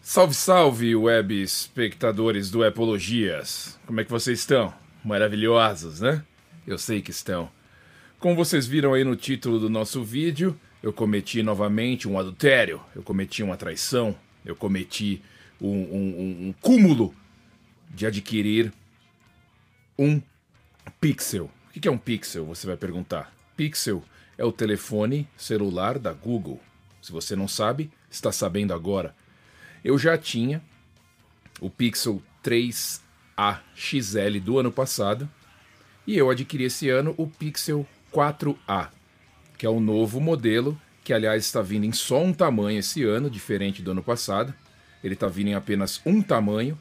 Salve, salve, web espectadores do Epologias. Como é que vocês estão? Maravilhosos, né? Eu sei que estão. Como vocês viram aí no título do nosso vídeo, eu cometi novamente um adultério, eu cometi uma traição, eu cometi um cúmulo de adquirir um Pixel. O que é um Pixel, você vai perguntar? Pixel é o telefone celular da Google. Se você não sabe, está sabendo agora. Eu já tinha o Pixel 3a XL do ano passado e eu adquiri esse ano o Pixel 4a, que é o novo modelo, que aliás está vindo em só um tamanho esse ano, diferente do ano passado. Ele está vindo em apenas um tamanho,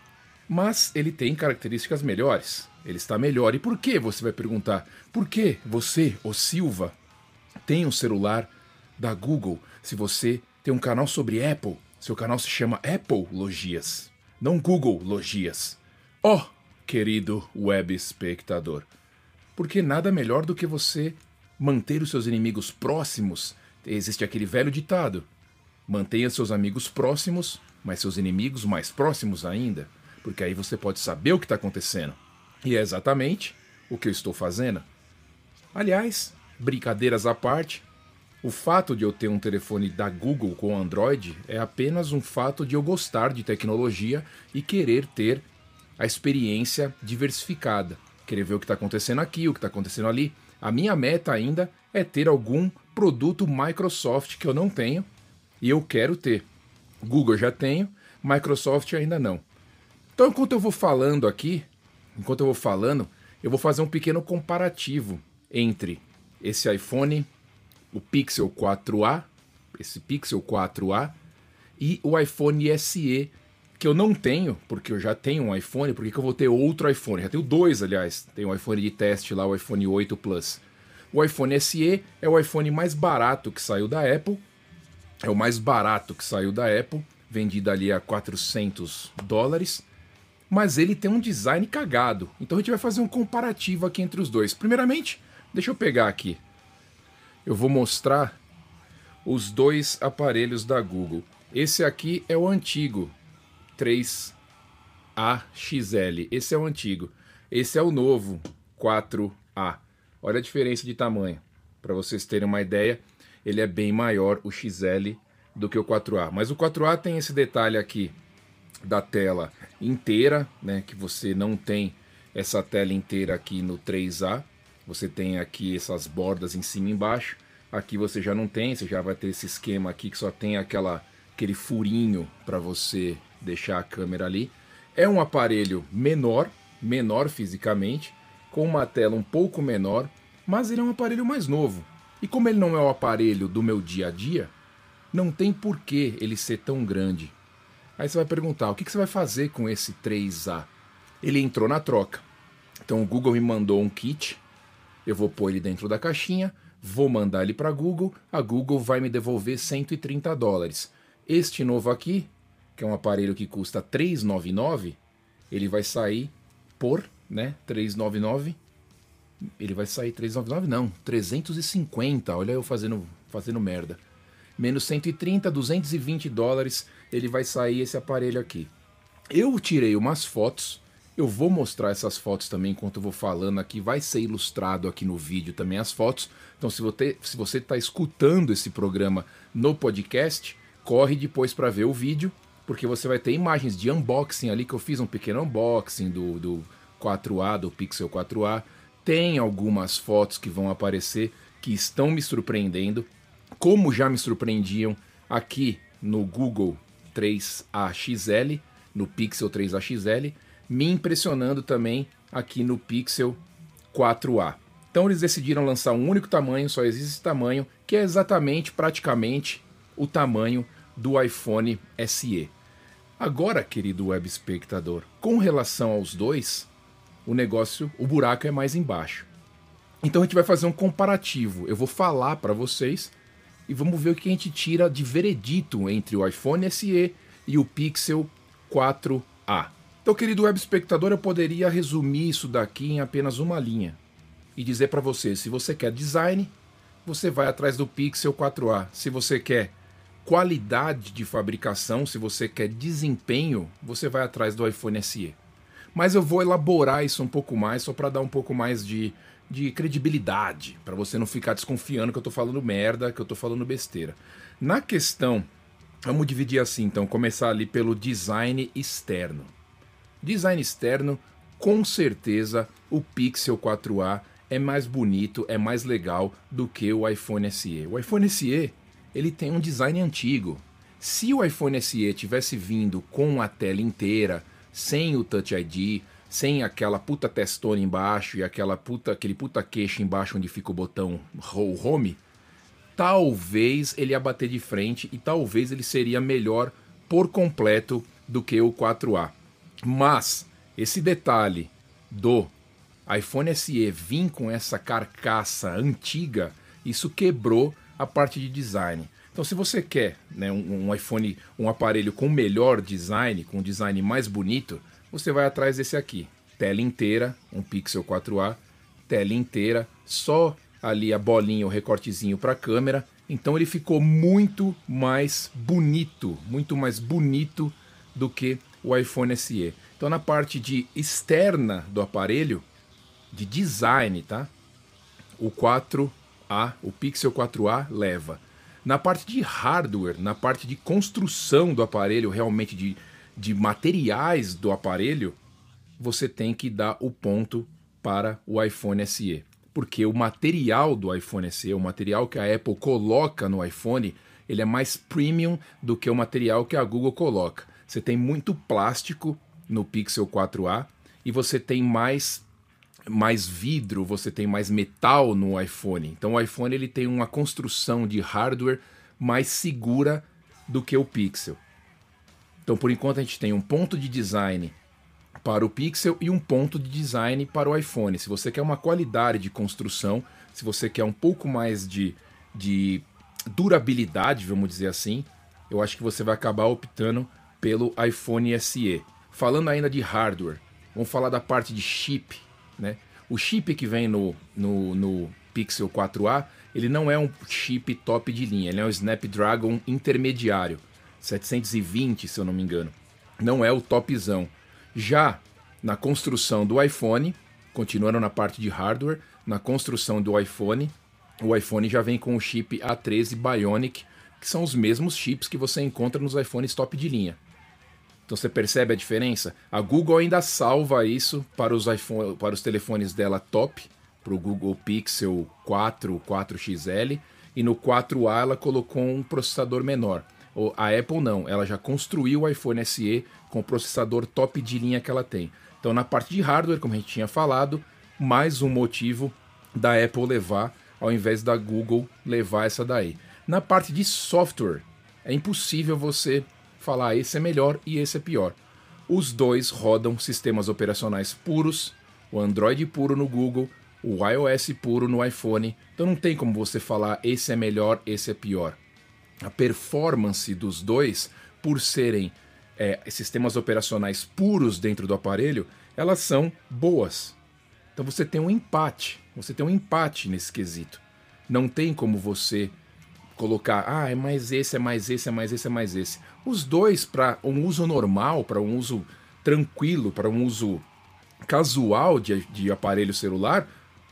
mas ele tem características melhores. Ele está melhor. E por que, você vai perguntar? Por que você, ô Silva, tem um celular da Google se você tem um canal sobre Apple? Seu canal se chama Apple Logias, não Google Logias. Oh, querido web espectador, porque nada melhor do que você manter os seus inimigos próximos. Existe aquele velho ditado: mantenha seus amigos próximos, mas seus inimigos mais próximos ainda, porque aí você pode saber o que está acontecendo. E é exatamente o que eu estou fazendo. Aliás, brincadeiras à parte, o fato de eu ter um telefone da Google com Android é apenas um fato de eu gostar de tecnologia e querer ter a experiência diversificada. Querer ver o que está acontecendo aqui, o que está acontecendo ali. A minha meta ainda é ter algum produto Microsoft que eu não tenho e eu quero ter. Google eu já tenho, Microsoft ainda não. Então, enquanto eu vou falando aqui, eu vou fazer um pequeno comparativo entre esse iPhone, o Pixel 4a, esse Pixel 4a, e o iPhone SE, que eu não tenho, porque eu já tenho um iPhone. Por que eu vou ter outro iPhone? Já tenho dois, aliás. Tem um iPhone de teste lá, o iPhone 8 Plus. O iPhone SE é o iPhone mais barato que saiu da Apple. É o mais barato que saiu da Apple, vendido ali a $400. Mas ele tem um design cagado. Então a gente vai fazer um comparativo aqui entre os dois. Primeiramente, deixa eu pegar aqui. Eu vou mostrar os dois aparelhos da Google. Esse aqui é o antigo 3a XL. Esse é o antigo. Esse é o novo 4a. Olha a diferença de tamanho. Para vocês terem uma ideia, ele é bem maior, o XL, do que o 4a. Mas o 4a tem esse detalhe aqui da tela inteira, né, que você não tem essa tela inteira aqui no 3a. Você tem aqui essas bordas em cima e embaixo. Aqui você já não tem, você já vai ter esse esquema aqui que só tem aquele furinho para você deixar a câmera ali. É um aparelho menor fisicamente, com uma tela um pouco menor, mas ele é um aparelho mais novo. E como ele não é o aparelho do meu dia a dia, não tem por que ele ser tão grande. Aí você vai perguntar, o que você vai fazer com esse 3A? Ele entrou na troca. Então o Google me mandou um kit. Eu vou pôr ele dentro da caixinha, vou mandar ele para a Google Google vai me devolver $130. Este novo aqui, que é um aparelho que custa $399, ele vai sair por, né, $399. Ele vai sair $399 não, 350. Olha eu fazendo merda. Menos 130, $220, ele vai sair esse aparelho aqui. Eu tirei umas fotos. Eu vou mostrar essas fotos também enquanto eu vou falando aqui. Vai ser ilustrado aqui no vídeo também as fotos. Então se você está escutando esse programa no podcast, corre depois para ver o vídeo, porque você vai ter imagens de unboxing ali, que eu fiz um pequeno unboxing do 4A, do Pixel 4a. Tem algumas fotos que vão aparecer que estão me surpreendendo, como já me surpreendiam aqui no Google 3A XL, no Pixel 3A XL, me impressionando também aqui no Pixel 4a. Então eles decidiram lançar um único tamanho, só existe esse tamanho, que é exatamente, praticamente, o tamanho do iPhone SE. Agora, querido web espectador, com relação aos dois, o buraco é mais embaixo. Então a gente vai fazer um comparativo. Eu vou falar para vocês e vamos ver o que a gente tira de veredito entre o iPhone SE e o Pixel 4a. Então, querido web espectador, eu poderia resumir isso daqui em apenas uma linha e dizer para você, se você quer design, você vai atrás do Pixel 4a. Se você quer qualidade de fabricação, se você quer desempenho, você vai atrás do iPhone SE. Mas eu vou elaborar isso um pouco mais, só para dar um pouco mais de credibilidade, para você não ficar desconfiando que eu tô falando merda, que eu tô falando besteira. Na questão, vamos dividir assim, então, começar ali pelo design externo. Design externo, com certeza, o Pixel 4a é mais bonito, é mais legal do que o iPhone SE. O iPhone SE, ele tem um design antigo. Se o iPhone SE tivesse vindo com a tela inteira, sem o Touch ID, sem aquela puta testona embaixo e aquele puta queixo embaixo onde fica o botão Home, talvez ele ia bater de frente e talvez ele seria melhor por completo do que o 4A. Mas esse detalhe do iPhone SE vir com essa carcaça antiga, isso quebrou a parte de design. Então, se você quer, né, um iPhone, um aparelho com melhor design, com um design mais bonito, você vai atrás desse aqui. Tela inteira, um Pixel 4a, tela inteira, só ali a bolinha, o recortezinho para a câmera. Então ele ficou muito mais bonito do que o iPhone SE. Então na parte de externa do aparelho, de design, tá? O 4A, o Pixel 4a leva. Na parte de hardware, na parte de construção do aparelho, realmente de materiais do aparelho, você tem que dar o ponto para o iPhone SE. Porque o material do iPhone SE, o material que a Apple coloca no iPhone, ele é mais premium do que o material que a Google coloca. Você tem muito plástico no Pixel 4a e você tem mais vidro, você tem mais metal no iPhone. Então o iPhone ele tem uma construção de hardware mais segura do que o Pixel. Então por enquanto a gente tem um ponto de design para o Pixel e um ponto de design para o iPhone. Se você quer uma qualidade de construção, se você quer um pouco mais de durabilidade, vamos dizer assim, eu acho que você vai acabar optando pelo iPhone SE. Falando ainda de hardware, vamos falar da parte de chip, né? O chip que vem no Pixel 4a, ele não é um chip top de linha, ele é um Snapdragon intermediário, 720, se eu não me engano. Não é o topzão. Já na construção do iPhone, continuando na parte de hardware, na construção do iPhone, o iPhone já vem com o chip A13 Bionic, que são os mesmos chips que você encontra nos iPhones top de linha. Então você percebe a diferença? A Google ainda salva isso para os telefones dela top, para o Google Pixel 4, 4XL, e no 4A ela colocou um processador menor. A Apple não, ela já construiu o iPhone SE com o processador top de linha que ela tem. Então na parte de hardware, como a gente tinha falado, mais um motivo da Apple levar, ao invés da Google levar essa daí. Na parte de software, é impossível você falar esse é melhor e esse é pior. Os dois rodam sistemas operacionais puros, o Android puro no Google, o iOS puro no iPhone. Então não tem como você falar esse é melhor, esse é pior. A performance dos dois, por serem sistemas operacionais puros dentro do aparelho, elas são boas. Então você tem um empate nesse quesito. Não tem como você colocar, é mais esse, é mais esse, é mais esse, é mais esse. Os dois, para um uso normal, para um uso tranquilo, para um uso casual de aparelho celular,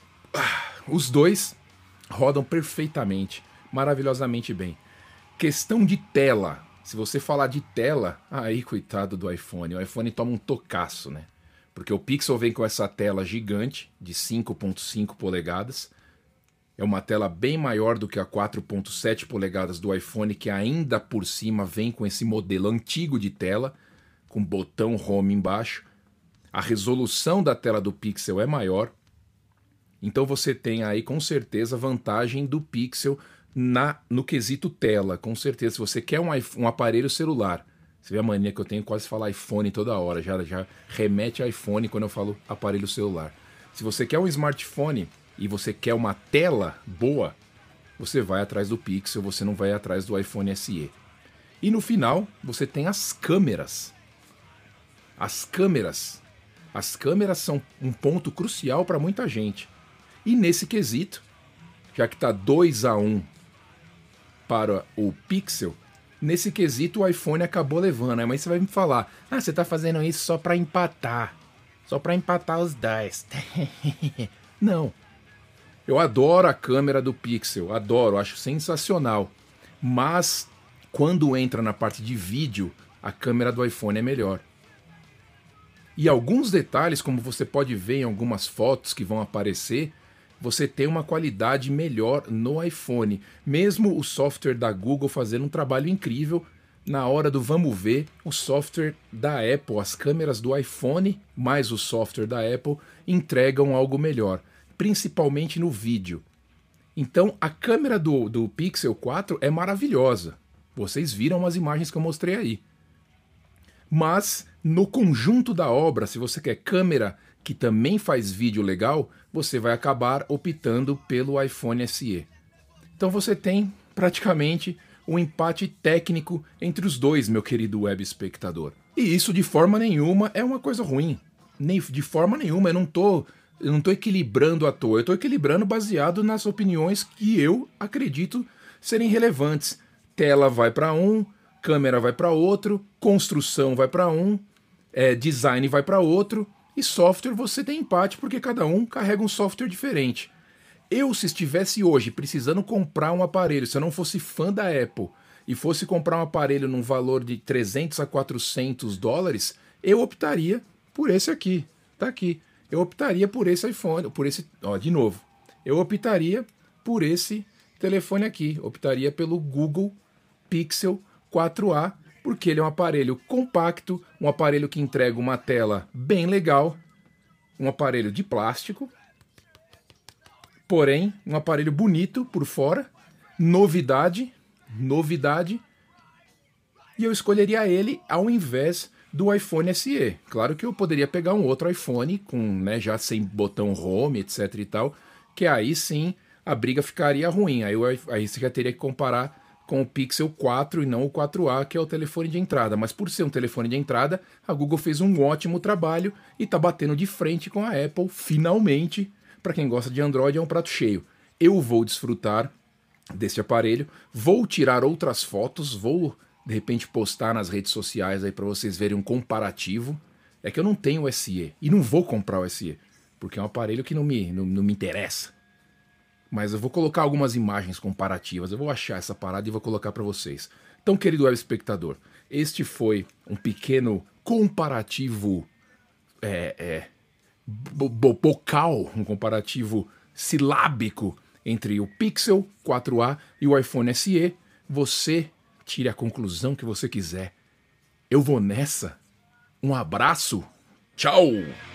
os dois rodam perfeitamente, maravilhosamente bem. Questão de tela. Se você falar de tela, aí coitado do iPhone. O iPhone toma um tocaço, né? Porque o Pixel vem com essa tela gigante de 5.5 polegadas. É uma tela bem maior do que a 4.7 polegadas do iPhone, que ainda por cima vem com esse modelo antigo de tela, com botão Home embaixo. A resolução da tela do Pixel é maior. Então você tem aí com certeza vantagem do Pixel no quesito tela, com certeza. Se você quer um aparelho celular, você vê a mania que eu tenho quase falar iPhone toda hora, já remete a iPhone quando eu falo aparelho celular. Se você quer um smartphone e você quer uma tela boa, você vai atrás do Pixel, você não vai atrás do iPhone SE. E no final, você tem as câmeras. As câmeras são um ponto crucial para muita gente. E nesse quesito, já que está 2-1 para o Pixel, Nesse quesito, o iPhone acabou levando. Mas você vai me falar, você tá fazendo isso só pra empatar. Só pra empatar os dois. Não. Eu adoro a câmera do Pixel, adoro, acho sensacional. Mas quando entra na parte de vídeo, a câmera do iPhone é melhor. E alguns detalhes, como você pode ver em algumas fotos que vão aparecer, você tem uma qualidade melhor no iPhone. Mesmo o software da Google fazendo um trabalho incrível, na hora do vamos ver, o software da Apple, as câmeras do iPhone mais o software da Apple entregam algo melhor, principalmente no vídeo. Então a câmera do Pixel 4 é maravilhosa. Vocês viram as imagens que eu mostrei aí. Mas no conjunto da obra, se você quer câmera que também faz vídeo legal, você vai acabar optando pelo iPhone SE. Então você tem praticamente um empate técnico entre os dois, meu querido web espectador. E isso de forma nenhuma é uma coisa ruim. Nem de forma nenhuma, eu não tô equilibrando à toa, eu tô equilibrando baseado nas opiniões que eu acredito serem relevantes. Tela vai para um, câmera vai para outro, construção vai para um, design vai para outro, e software você tem empate porque cada um carrega um software diferente. Eu, se estivesse hoje precisando comprar um aparelho, se eu não fosse fã da Apple e fosse comprar um aparelho num valor de 300 a 400 dólares, eu optaria por esse aqui. Tá aqui. Eu optaria por esse iPhone, eu optaria por esse telefone aqui. Optaria pelo Google Pixel 4a, porque ele é um aparelho compacto, um aparelho que entrega uma tela bem legal, um aparelho de plástico, porém, um aparelho bonito por fora, novidade, e eu escolheria ele ao invés do iPhone SE. Claro que eu poderia pegar um outro iPhone, com, já sem botão home, etc e tal, que aí sim a briga ficaria ruim, aí você já teria que comparar com o Pixel 4 e não o 4a, que é o telefone de entrada. Mas por ser um telefone de entrada, a Google fez um ótimo trabalho e está batendo de frente com a Apple, finalmente. Para quem gosta de Android, é um prato cheio. Eu vou desfrutar desse aparelho, vou tirar outras fotos, vou de repente postar nas redes sociais aí para vocês verem um comparativo. É que eu não tenho o SE e não vou comprar o SE, porque é um aparelho que não me interessa. Mas eu vou colocar algumas imagens comparativas, eu vou achar essa parada e vou colocar para vocês. Então, querido web espectador, este foi um pequeno comparativo bocal, um comparativo silábico entre o Pixel 4a e o iPhone SE. Você tire a conclusão que você quiser. Eu vou nessa. Um abraço. Tchau!